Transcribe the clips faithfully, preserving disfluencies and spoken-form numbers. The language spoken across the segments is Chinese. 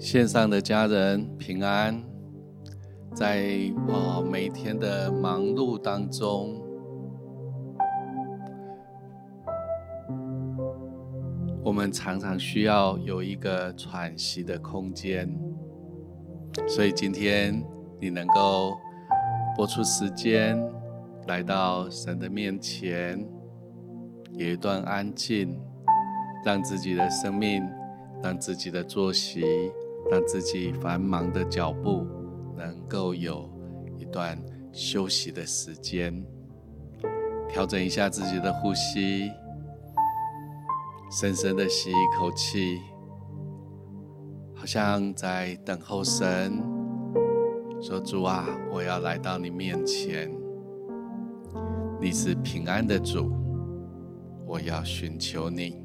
线上的家人平安，在、哦、每天的忙碌当中，我们常常需要有一个喘息的空间，所以今天你能够拨出时间来到神的面前，有一段安静，让自己的生命，让自己的作息，让自己繁忙的脚步能够有一段休息的时间，调整一下自己的呼吸，深深的吸一口气，好像在等候神，说主啊，我要来到你面前，你是平安的主，我要寻求你。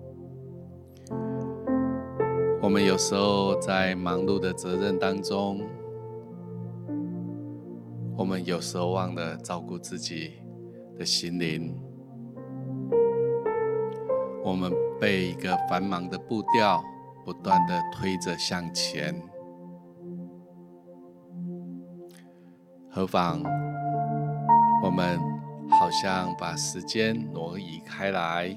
我们有时候在忙碌的责任当中，我们有时候忘了照顾自己的心灵，我们被一个繁忙的步调不断的推着向前，何妨我们好像把时间挪移开来，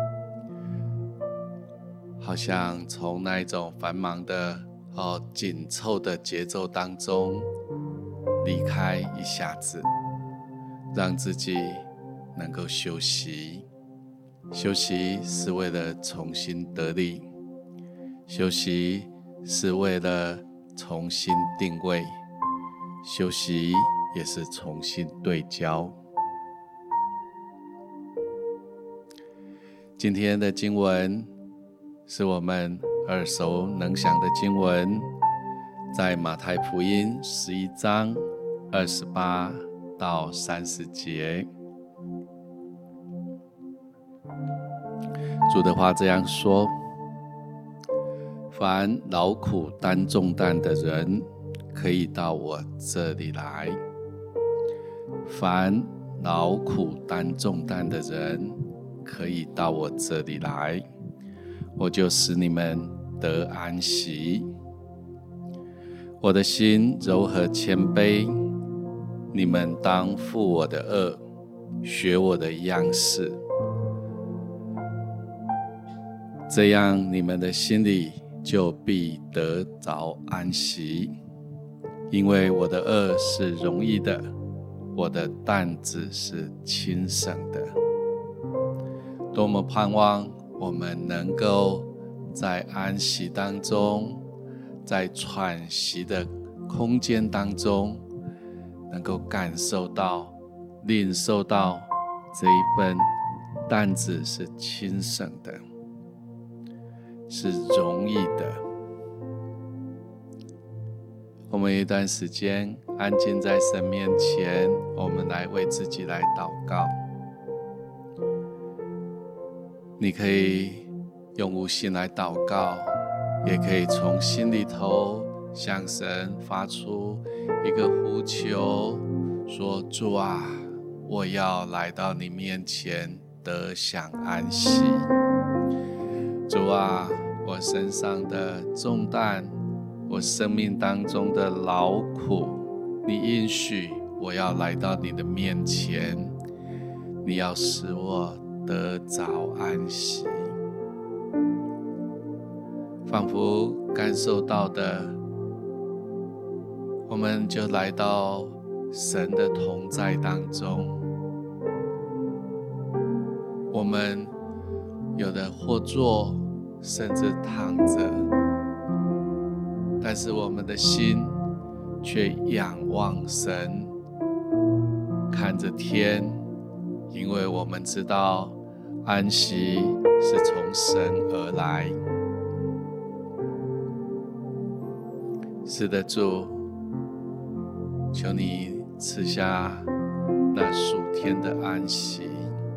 好像从那一种繁忙的、哦、紧凑的节奏当中离开一下子，让自己能够休息。休息是为了重新得力，休息是为了重新定位，休息也是重新对焦。今天的经文是我们耳熟能详的经文，在马太福音十一章二十八到三十节。主的话这样说：凡劳苦担重担的人，可以到我这里来。凡劳苦担重担的人，可以到我这里来，我就使你们得安息。我的心柔和谦卑，你们当负我的軛，学我的样式，这样你们的心里就必得着安息。因为我的軛是容易的，我的担子是轻省的。多么盼望我们能够在安息当中，在喘息的空间当中，能够感受到、领受到这一份担子是轻省的，是容易的。我们有一段时间安静在神面前，我们来为自己来祷告。你可以用无心来祷告，也可以从心里头向神发出一个呼求，说主啊，我要来到你面前得享安息。主啊，我身上的重担，我生命当中的劳苦，你应许我要来到你的面前，你要使我得着安息。仿佛感受到的，我们就来到神的同在当中。我们有的或坐，甚至躺着，但是我们的心却仰望神，看着天，因为我们知道安息是从神而来。是的，主，求你赐下那属天的安息。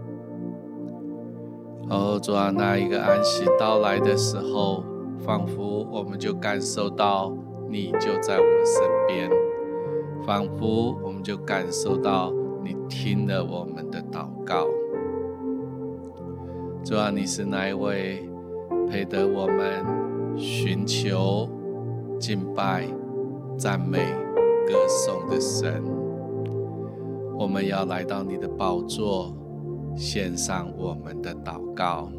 哦，主啊，那一个安息到来的时候，仿佛我们就感受到你就在我们身边，仿佛我们就感受到你听了我们的祷告。主啊，你是那一位配得我们寻求敬拜、赞美、歌颂的神。我们要来到你的宝座，献上我们的祷告。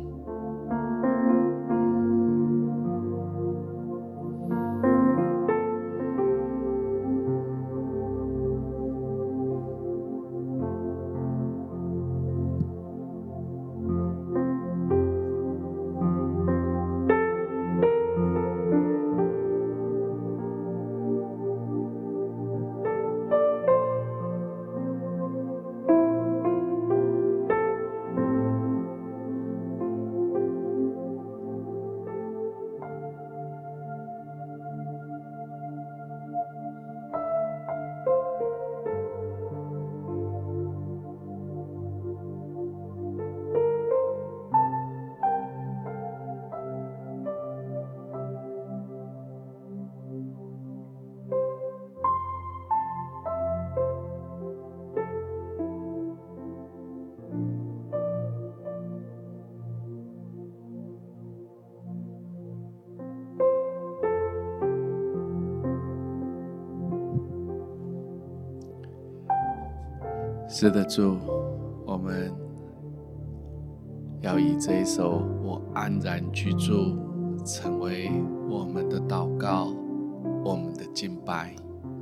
是的，主，我们要以这一首我安然居住成为我们的祷告，我们的敬拜。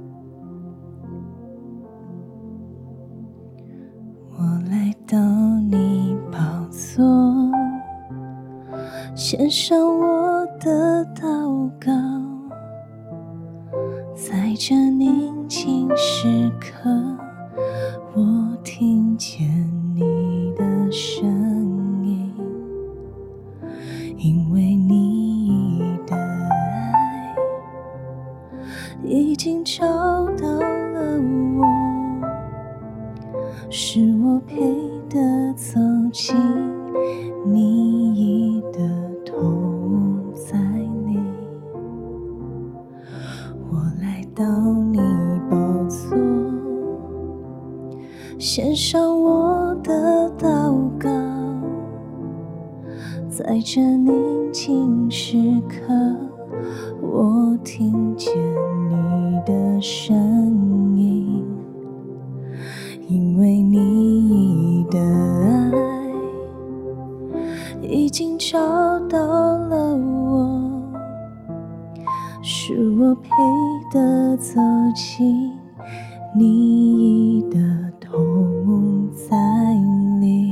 我来到你宝座，献上我的祷告，在这宁静时刻，我听见你的声音，因为你的爱已经找到了我，是我配得走进你的同在里。我来到你宝座，献上我的祷告，在这宁静时刻，我听见你的声音，因为你的爱已经找到了我，是我配得走进你的同在里。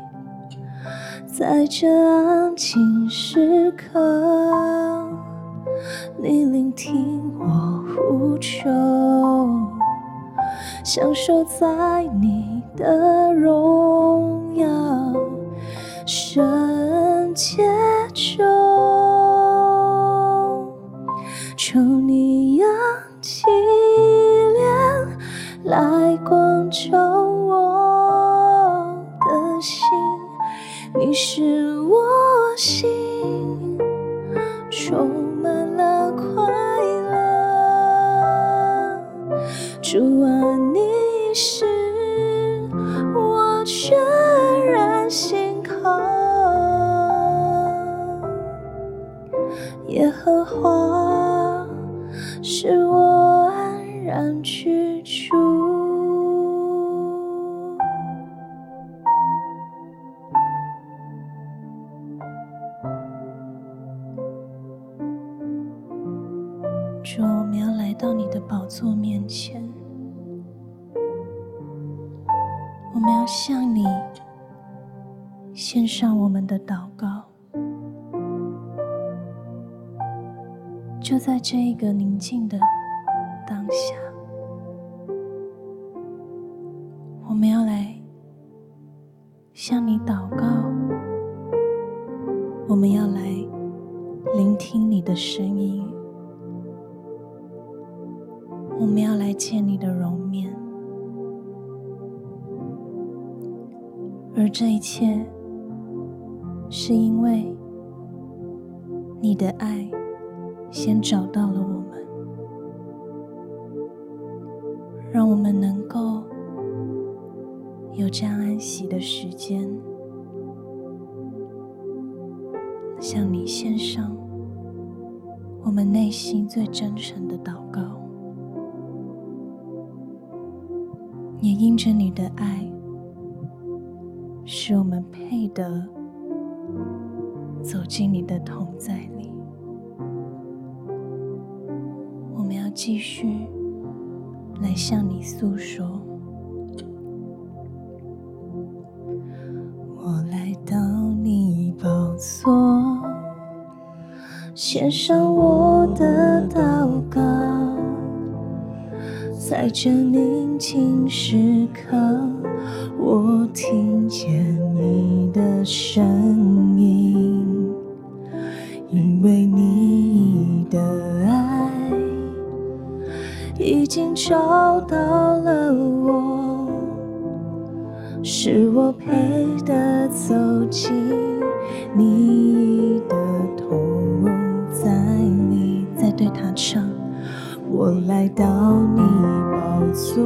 在这安静时刻，你聆听我呼求，享受在你的荣耀圣洁中。求你扬起脸来光照我的心，你使我心充满了快乐。主啊，你是我全然信靠，耶和华是我安然居住。主，我们要来到你的宝座面前，我们要向你献上我们的祷告。就在这一个宁静的当下，我们要来向你祷告，我们要来聆听你的声音，我们要来见你的容面。而这一切是因为你的爱先找到了我们，让我们能够有这样安息的时间，向你献上我们内心最真诚的祷告，也因着你的爱，使我们配得走进你的同在里。我们要继续来向你诉说。我来到你宝座，献上我的祷告，在这宁静时刻，我听见你的声音，因为你的爱已经找到了我，使我配得走进你的同在里。再对他唱，我来到你宝座，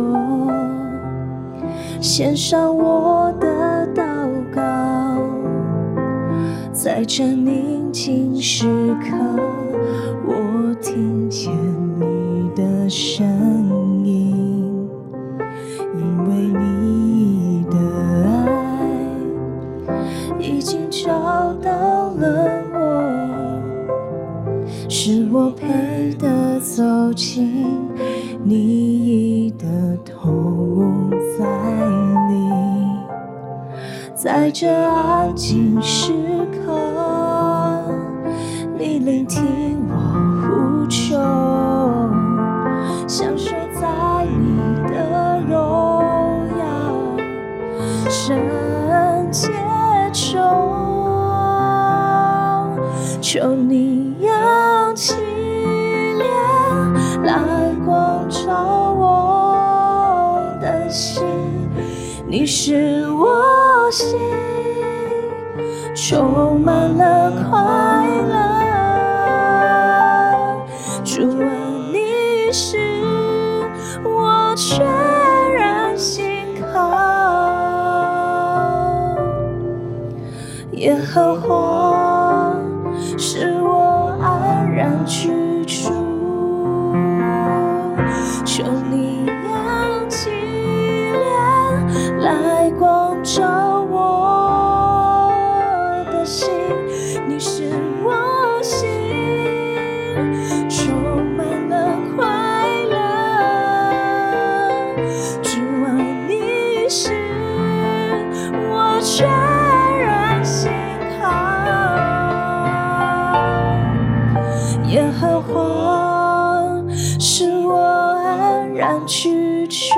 献上我的祷告，在这宁静时刻，我听见你的声音，因为你的爱已经找到了我，使我配得走进你的同在里。在这安静时刻，你聆听我呼求，享受在你的荣耀圣洁中，求你扬起脸来光照我的心，你使我心充满了快乐。主啊，你是我全然信靠，耶和华使我安然居住，求你扬起脸来光照我的心，你使我心充满了快乐。主啊，你是我全然信靠，耶和华使我安然居住。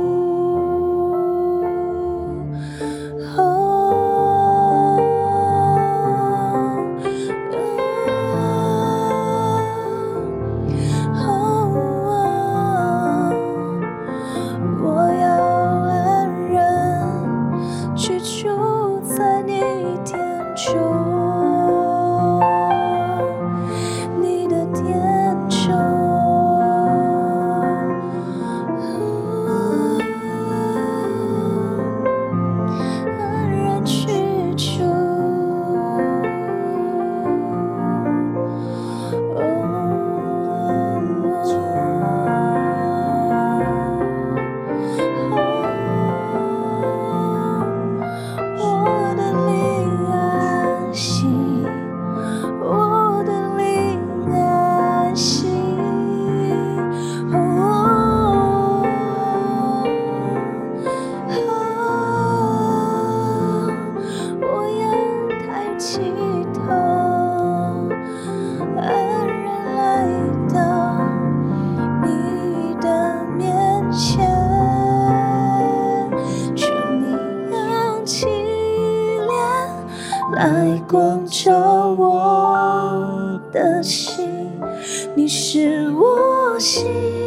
来光照我的心，你使我心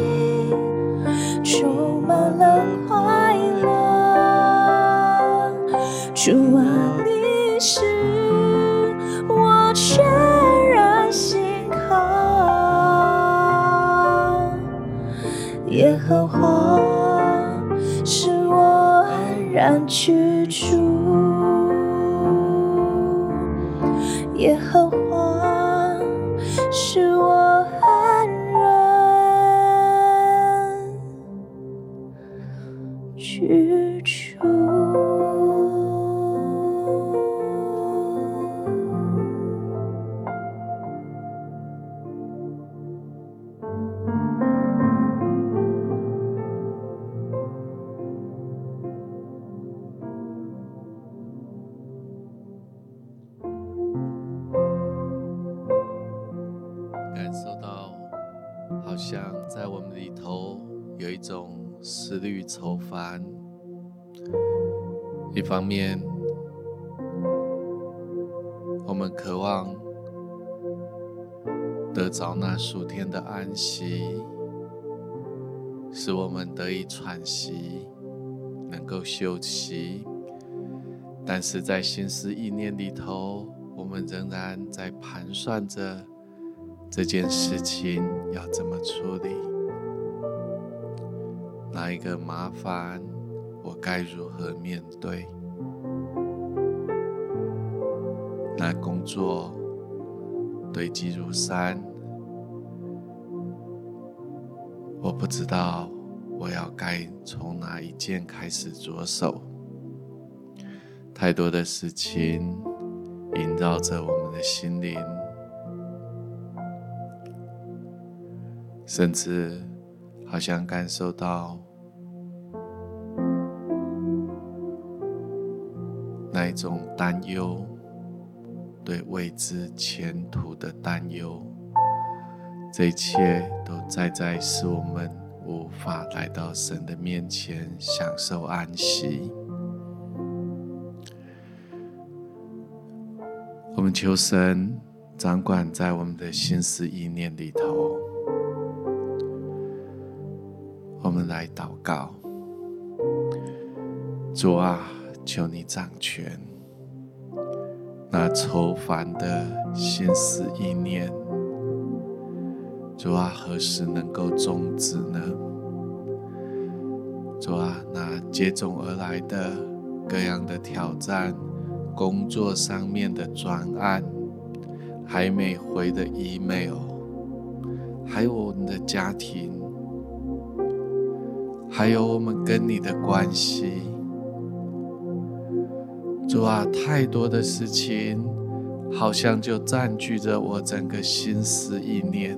充满了快乐。主啊，你是我全然信靠，耶和华使我安然居住，耶和华使我居住。 感受到好像在我们里头有一种思虑愁烦，一方面我们渴望得着那属天的安息，使我们得以喘息，能够休息，但是在心思意念里头，我们仍然在盘算着这件事情要怎么处理，哪一个麻烦我该如何面对，那工作堆积如山，我不知道我要该从哪一件开始着手，太多的事情萦绕着我们的心灵，甚至好像感受到那一种担忧，对未知前途的担忧，这一切都在在使我们无法来到神的面前享受安息。我们求神掌管在我们的心思意念里头，我们来祷告。主啊，求你掌权，那愁烦的心思意念，主啊，何时能够终止呢？主啊，那接踵而来的各样的挑战，工作上面的专案，还没回的 email， 还有我们的家庭，还有我们跟你的关系，主啊，太多的事情好像就占据着我整个心思意念。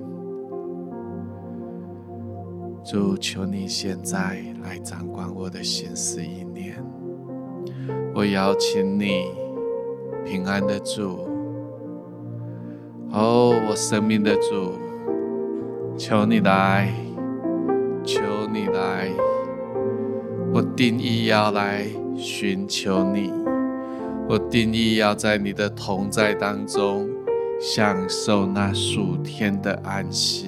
主，求你现在来掌管我的心思意念。我邀请你，平安的主，哦，我生命的主，求你来，求你来，我定义要来寻求你，我定义要在你的同在当中享受那属天的安息，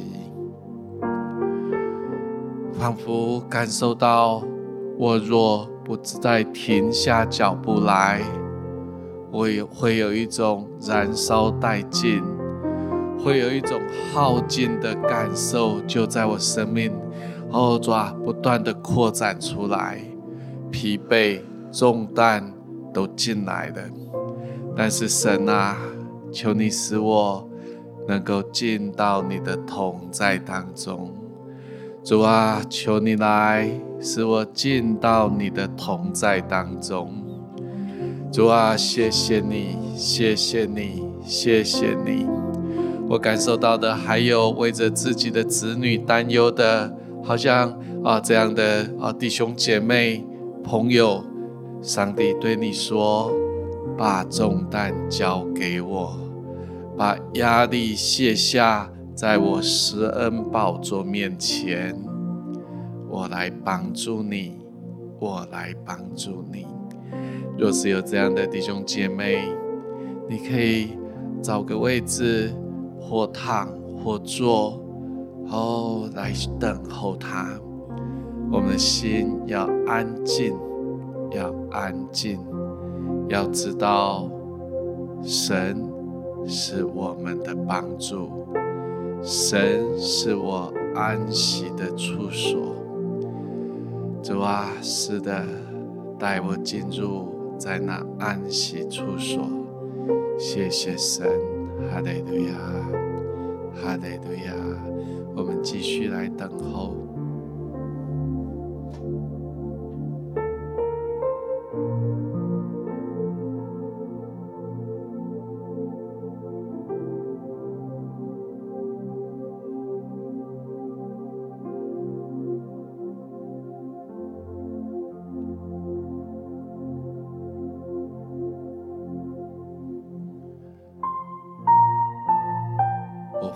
仿佛感受到我若不再停下脚步来，我也会有一种燃烧殆尽，会有一种耗尽的感受，就在我生命哦，主啊，不断的扩展出来，疲惫重担都进来了。但是神啊，求你使我能够进到你的同在当中。主啊，求你来使我进到你的同在当中。主啊，谢谢你，谢谢你，谢谢你。我感受到的还有为着自己的子女担忧的，好像啊这样的啊弟兄姐妹朋友，上帝对你说，把重担交给我，把压力卸下，在我施恩宝座面前，我来帮助你，我来帮助你。若是有这样的弟兄姐妹，你可以找个位置，或躺或坐，哦，来等候他。我们的心要安静，要安静，要知道神是我们的帮助，神是我安息的处所。主啊，是的，带我进入在那安息处所。谢谢神，哈利路亚，哈利路亚。我们继续来等候。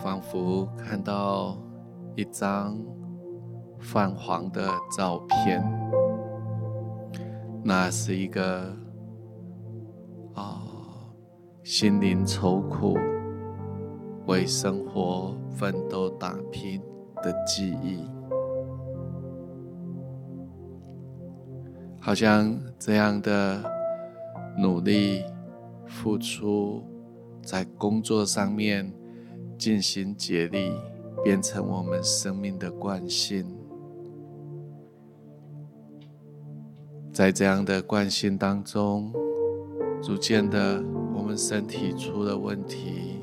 仿佛看到一张泛黄的照片，那是一个啊、心灵愁苦、为生活奋斗打拼的记忆。好像这样的努力付出，在工作上面尽心竭力，变成我们生命的惯性。在这样的惯性当中，逐渐的我们身体出了问题，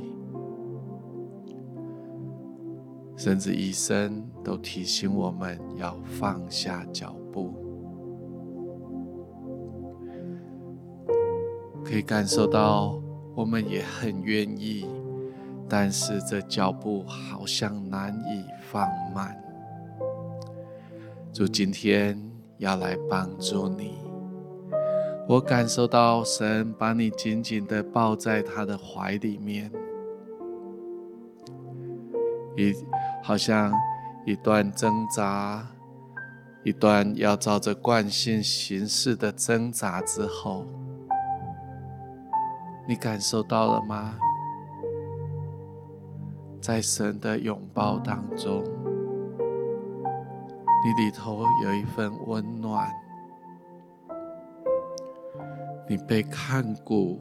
甚至医生都提醒我们要放下脚步。可以感受到我们也很愿意，但是这脚步好像难以放慢。主今天要来帮助你，我感受到神把你紧紧地抱在他的怀里面，一好像一段挣扎，一段要照着惯性行事的挣扎之后，你感受到了吗？在神的拥抱当中，你里头有一份温暖，你被看顾。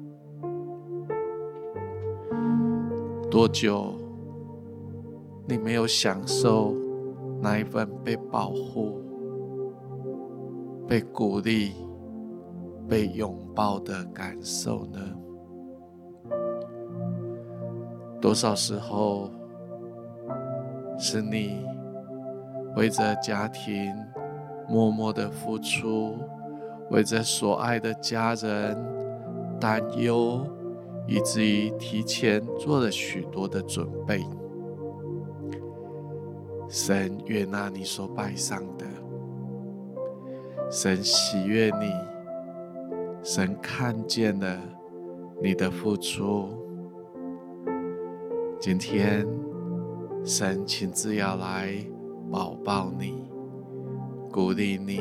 多久你没有享受那一份被保护、被鼓励、被拥抱的感受呢？多少时候是你为着家庭默默的付出，为着所爱的家人担忧，以至于提前做了许多的准备。神悦纳你所摆上的，神喜悦你，神看见了你的付出。今天神亲自要来抱抱你，鼓励你，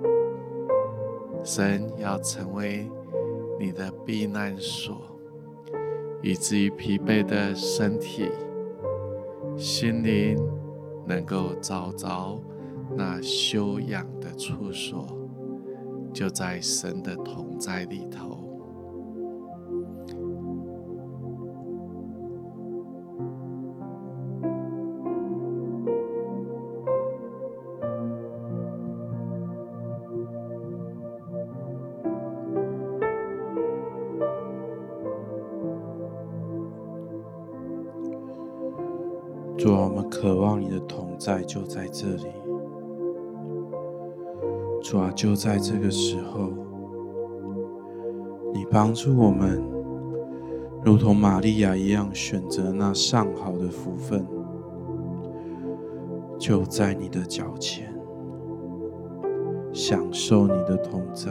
神要成为你的避难所，以至于疲惫的身体、心灵能够找着那休养的处所，就在神的同在里头。 主啊，我们渴望你的同在就在这里。主啊，就在这个时候，你帮助我们，如同玛利亚一样，选择那上好的福分，就在你的脚前，享受你的同在。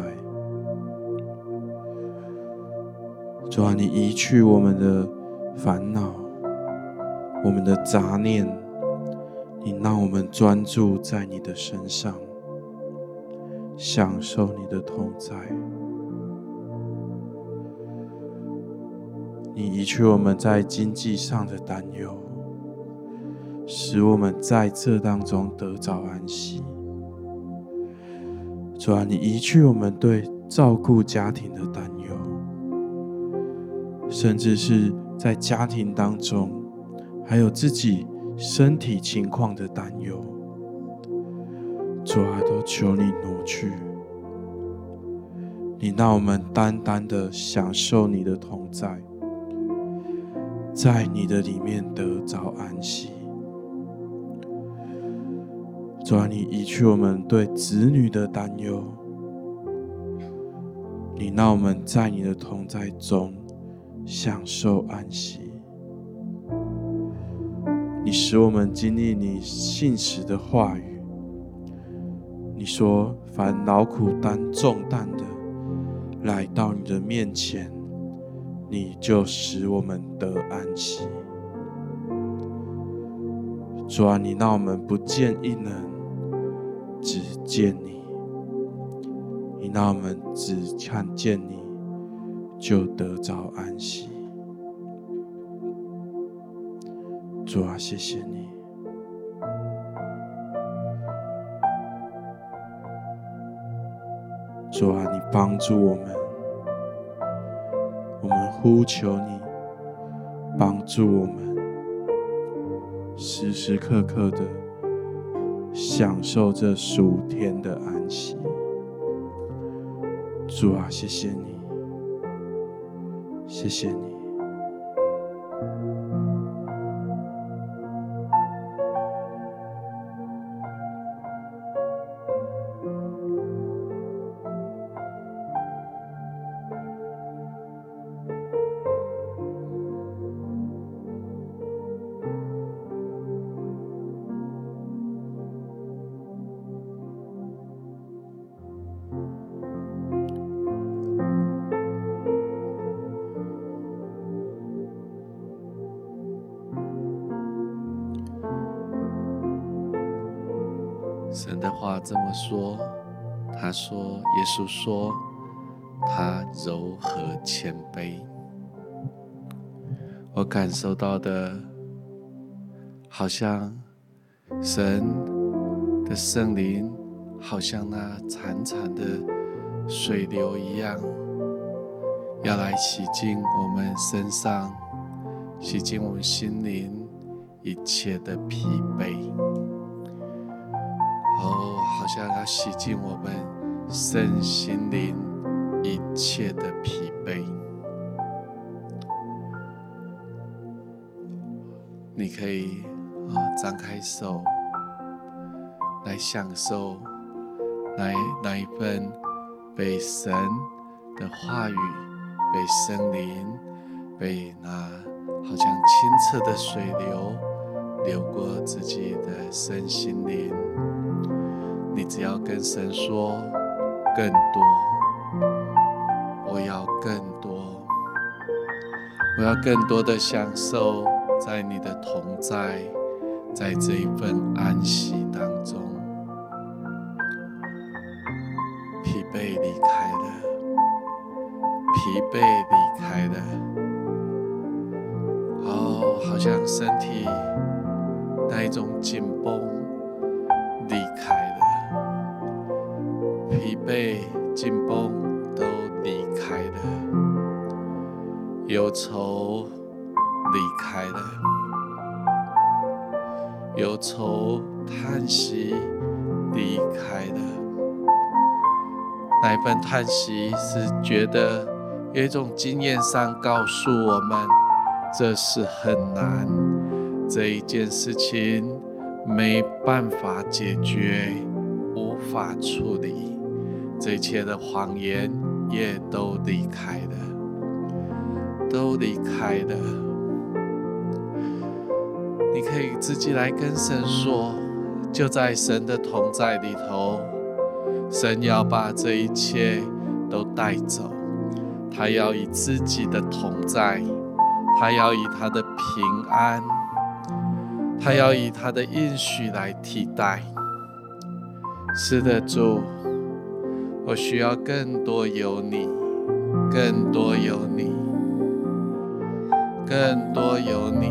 主啊，你移去我们的烦恼，我们的杂念，你让我们专注在你的身上，享受你的同在。你移去我们在经济上的担忧，使我们在这当中得着安息。主啊，你移去我们对照顾家庭的担忧，甚至是在家庭当中还有自己身体情况的担忧，主啊，都求你挪去。你让我们单单的享受你的同在，在你的里面得着安息。主啊，你移去我们对子女的担忧，你让我们在你的同在中享受安息。你使我们经历你信实的话语。你说，凡劳苦担重担的来到你的面前，你就使我们得安息。 主啊，你让我们不见一人，只见你。你让我们只看见你，就得着安息。主啊，谢谢你。主啊，你帮助我们，我们呼求你帮助我们，时时刻刻的享受这属天的安息。主啊，谢谢你，谢谢你。 神的话这么说，他说，耶稣说，他柔和谦卑。我感受到的，好像神的圣灵，好像那潺潺的水流一样，要来洗净我们身上，洗净我们心灵一切的疲惫。哦，好像要洗净我们身心灵一切的疲惫。你可以啊、哦，张开手来享受那那一份被神的话语、被圣灵、被那好像清澈的水流流过自己的身心灵。你只要跟神说更多，我要更多，我要更多的享受在你的同在，在这一份安息当中。疲惫离开了，疲惫离开了，哦，好像身体那一种紧绷离开了，疲惫、紧绷都离开了，忧愁离开了，忧愁、叹息离开了。那一份叹息是觉得有一种经验上告诉我们，这是很难，这一件事情没办法解决，无法处理，这一切的谎言也都离开了，都离开了。你可以自己来跟神说，就在神的同在里头，神要把这一切都带走，他要以自己的同在，他要以他的平安，他要以他的应许来替代。是的，主，我需要更多有你，更多有你，更多有你。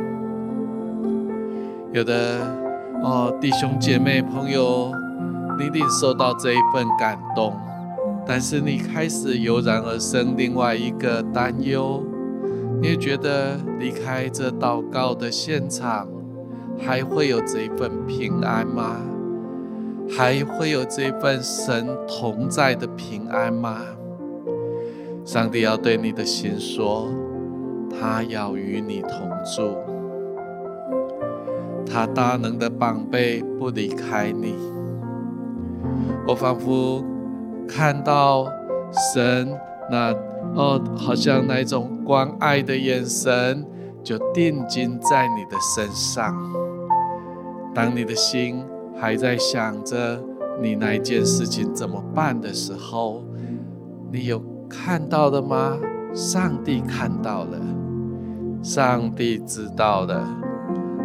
有的哦，弟兄姐妹朋友，你领受到这一份感动，但是你开始油然而生另外一个担忧，你也觉得离开这祷告的现场，还会有这一份平安吗？还会有这一份神同在的平安吗？上帝要对你的心说，他要与你同住，他大能的膀臂不离开你。我仿佛看到神那哦，好像那种关爱的眼神就定睛在你的身上。当你的心还在想着你那一件事情怎么办的时候，你有看到了吗？上帝看到了，上帝知道了。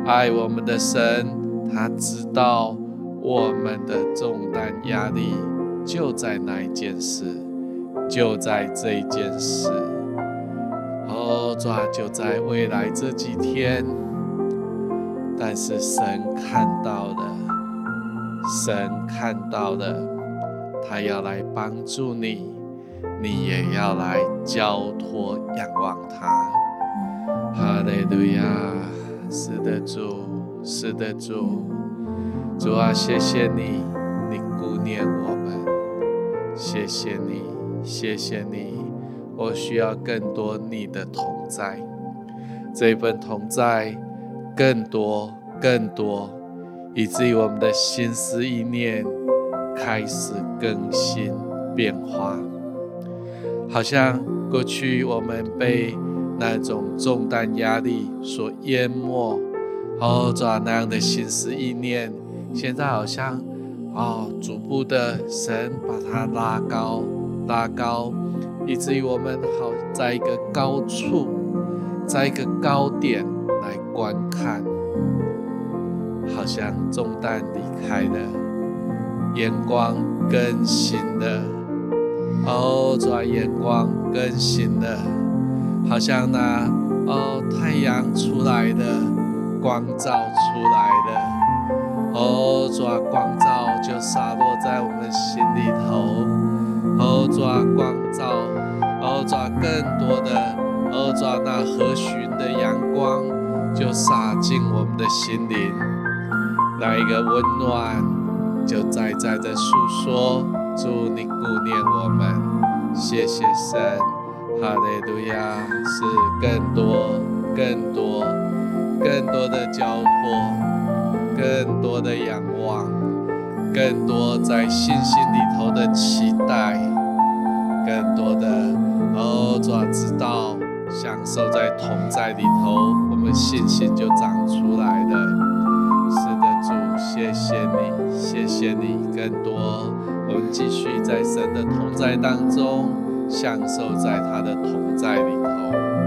爱我们的神，他知道我们的重担压力就在那一件事，就在这一件事。哦，主啊，就在未来这几天。但是神看到了，神看到了，他要来帮助你，你也要来交托仰望他。哈利路亚！是的，主，是的，主，主啊，谢谢你，你顾念我们，谢谢你，谢谢你，我需要更多你的同在，这份同在更多更多，以至于我们的心思意念开始更新变化。好像过去我们被那种重担压力所淹没，哦，主啊，那样的心思意念，现在好像哦，逐步的神把它拉高拉高，以至于我们好在一个高处，在一个高点来观看，好像重担离开了，眼光更新了。哦，主啊，眼光更新了，好像那哦太阳出来了，光照出来了。哦，主啊，光照就洒落在我们心里头。哦，主啊，光照，哦，主啊，更多的，哦，主啊，那和煦的阳光就洒进我们的心灵，那一个温暖就在在的诉说，主你顾念我们，谢谢神，哈利路亚！是更多、更多、更多的交托，更多的仰望，更多在信心里头的期待，更多的哦，主啊，知道享受在同在里头，我们信心就长出来了。是的，主，谢谢你，谢谢你，更多，我们继续在神的同在当中，享受在他的同在里头。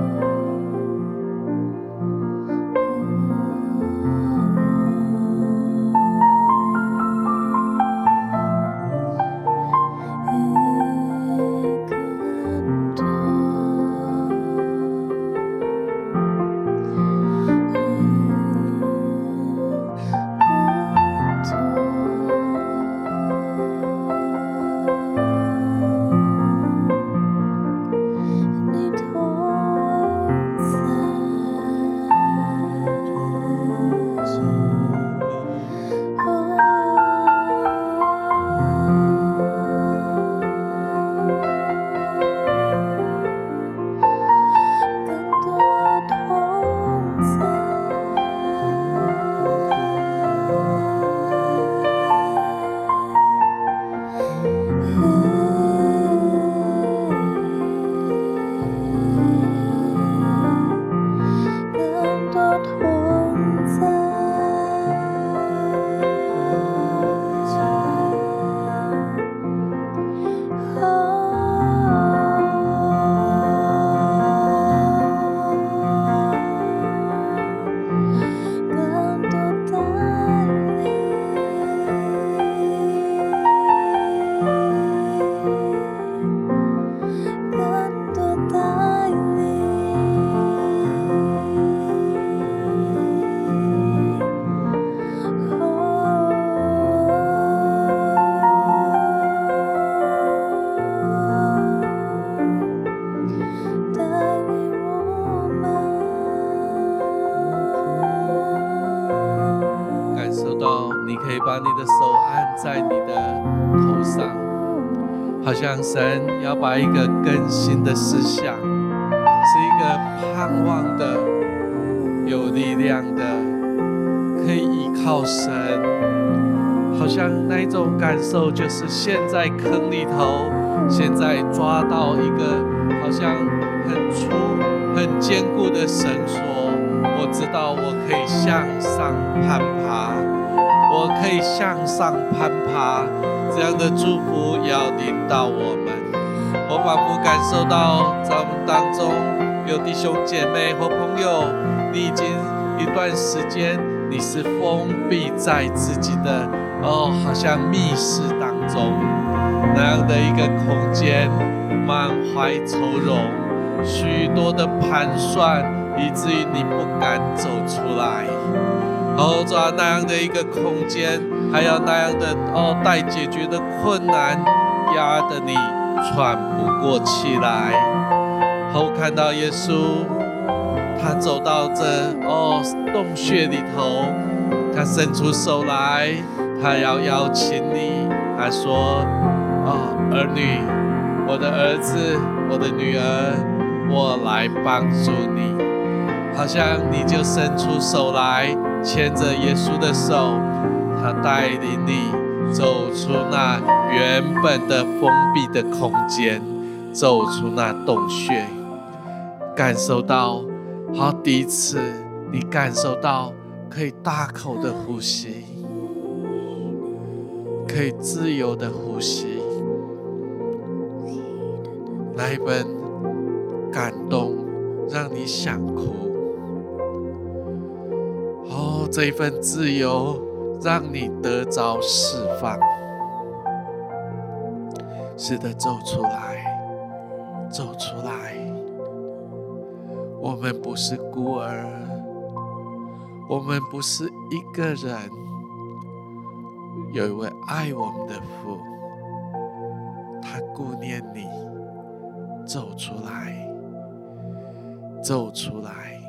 把你的手按在你的头上，好像神要把一个更新的思想，是一个盼望的、有力量的，可以依靠神。好像那一种感受，就是陷在坑里头，现在抓到一个好像很粗、很坚固的绳索，我知道我可以向上攀爬。我可以向上攀爬，这样的祝福要临到我们。我仿佛感受到在我们当中有弟兄姐妹或朋友，你已经一段时间你是封闭在自己的哦，好像密室当中那样的一个空间，满怀愁容，许多的盘算，以至于你不敢走出来。哦，主啊，那样的一个空间，还有那样的哦待解决的困难，压得你喘不过气来。后看到耶稣，他走到这哦洞穴里头，他伸出手来，他要邀请你。他说：“哦，儿女，我的儿子，我的女儿，我来帮助你。”好像你就伸出手来，牵着耶稣的手，他带领你走出那原本的封闭的空间，走出那洞穴，感受到好第一次你感受到可以大口的呼吸，可以自由的呼吸，那一份感动让你想哭，哦，这一份自由让你得着释放。是的，走出来，走出来。我们不是孤儿，我们不是一个人，有一位爱我们的父，他顾念你。走出来，走出来。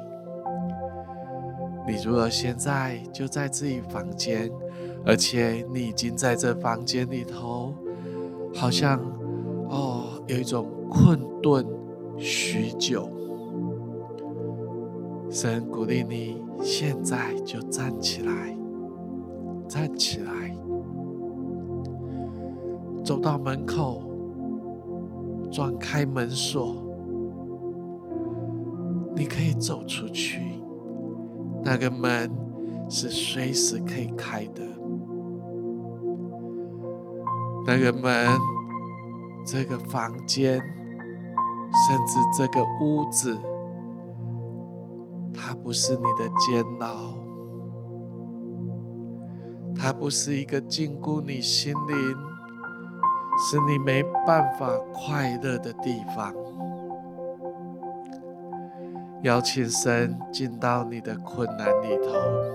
你如果现在就在自己房间，而且你已经在这房间里头，好像哦有一种困顿许久，神鼓励你现在就站起来，站起来，走到门口，转开门锁，你可以走出去。那个门是随时可以开的，那个门，这个房间，甚至这个屋子，它不是你的监牢，它不是一个禁锢你心灵，使你没办法快乐的地方。邀请神进到你的困难里头，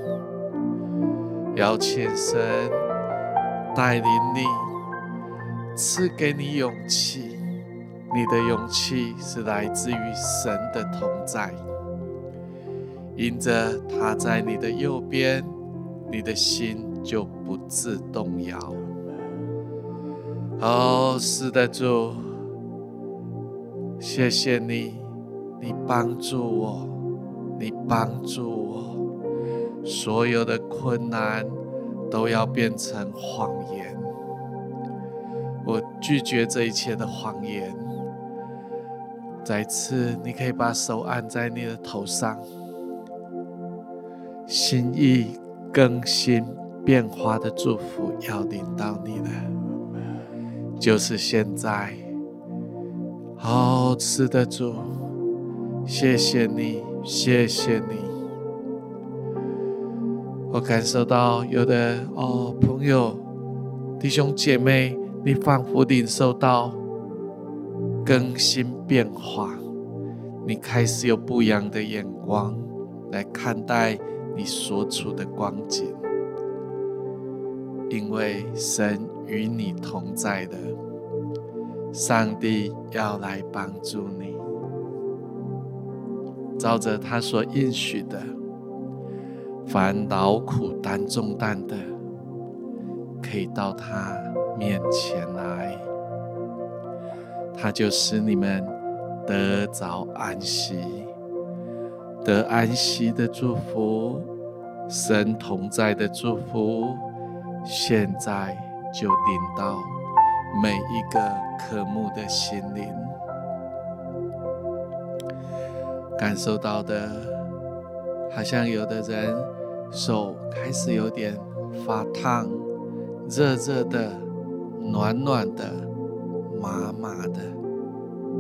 邀请神带领你，赐给你勇气。你的勇气是来自于神的同在，因着他在你的右边，你的心就不自动摇。哦，是的，主，谢谢你。你帮助我，你帮助我，所有的困难都要变成谎言。我拒绝这一切的谎言。再次，你可以把手按在你的头上，心意更新变化的祝福要临到你了，就是现在。哦，是的，主。谢谢你，谢谢你。我感受到有的哦朋友、弟兄姐妹，你仿佛领受到更新变化，你开始有不一样的眼光来看待你所处的光景，因为神与你同在的，上帝要来帮助你。照着他所应许的，凡劳苦担重担的，可以到他面前来，他就使你们得着安息。得安息的祝福，神同在的祝福，现在就临到每一个渴慕的心灵。感受到的，好像有的人手开始有点发烫，热热的，暖暖的，麻麻的。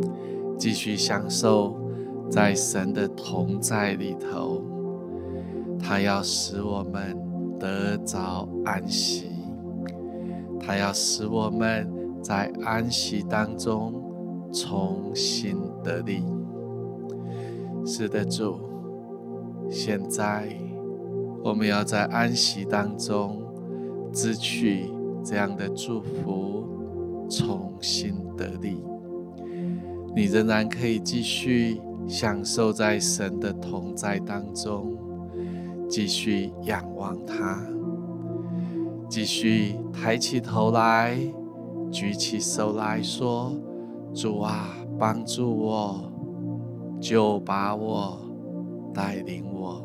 继续享受在神的同在里头， 他要使我们得着安息，他要使我们在安息当中重新得力。是的，主，现在我们要在安息当中支取这样的祝福，重新得力。你仍然可以继续享受在神的同在当中，继续仰望他，继续抬起头来，举起手来说：主啊，帮助我，就把我带领我。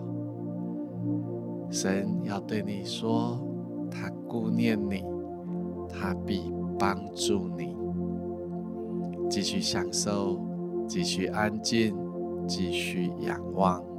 神要对你说，他顾念你，他必帮助你。继续享受，继续安静，继续仰望。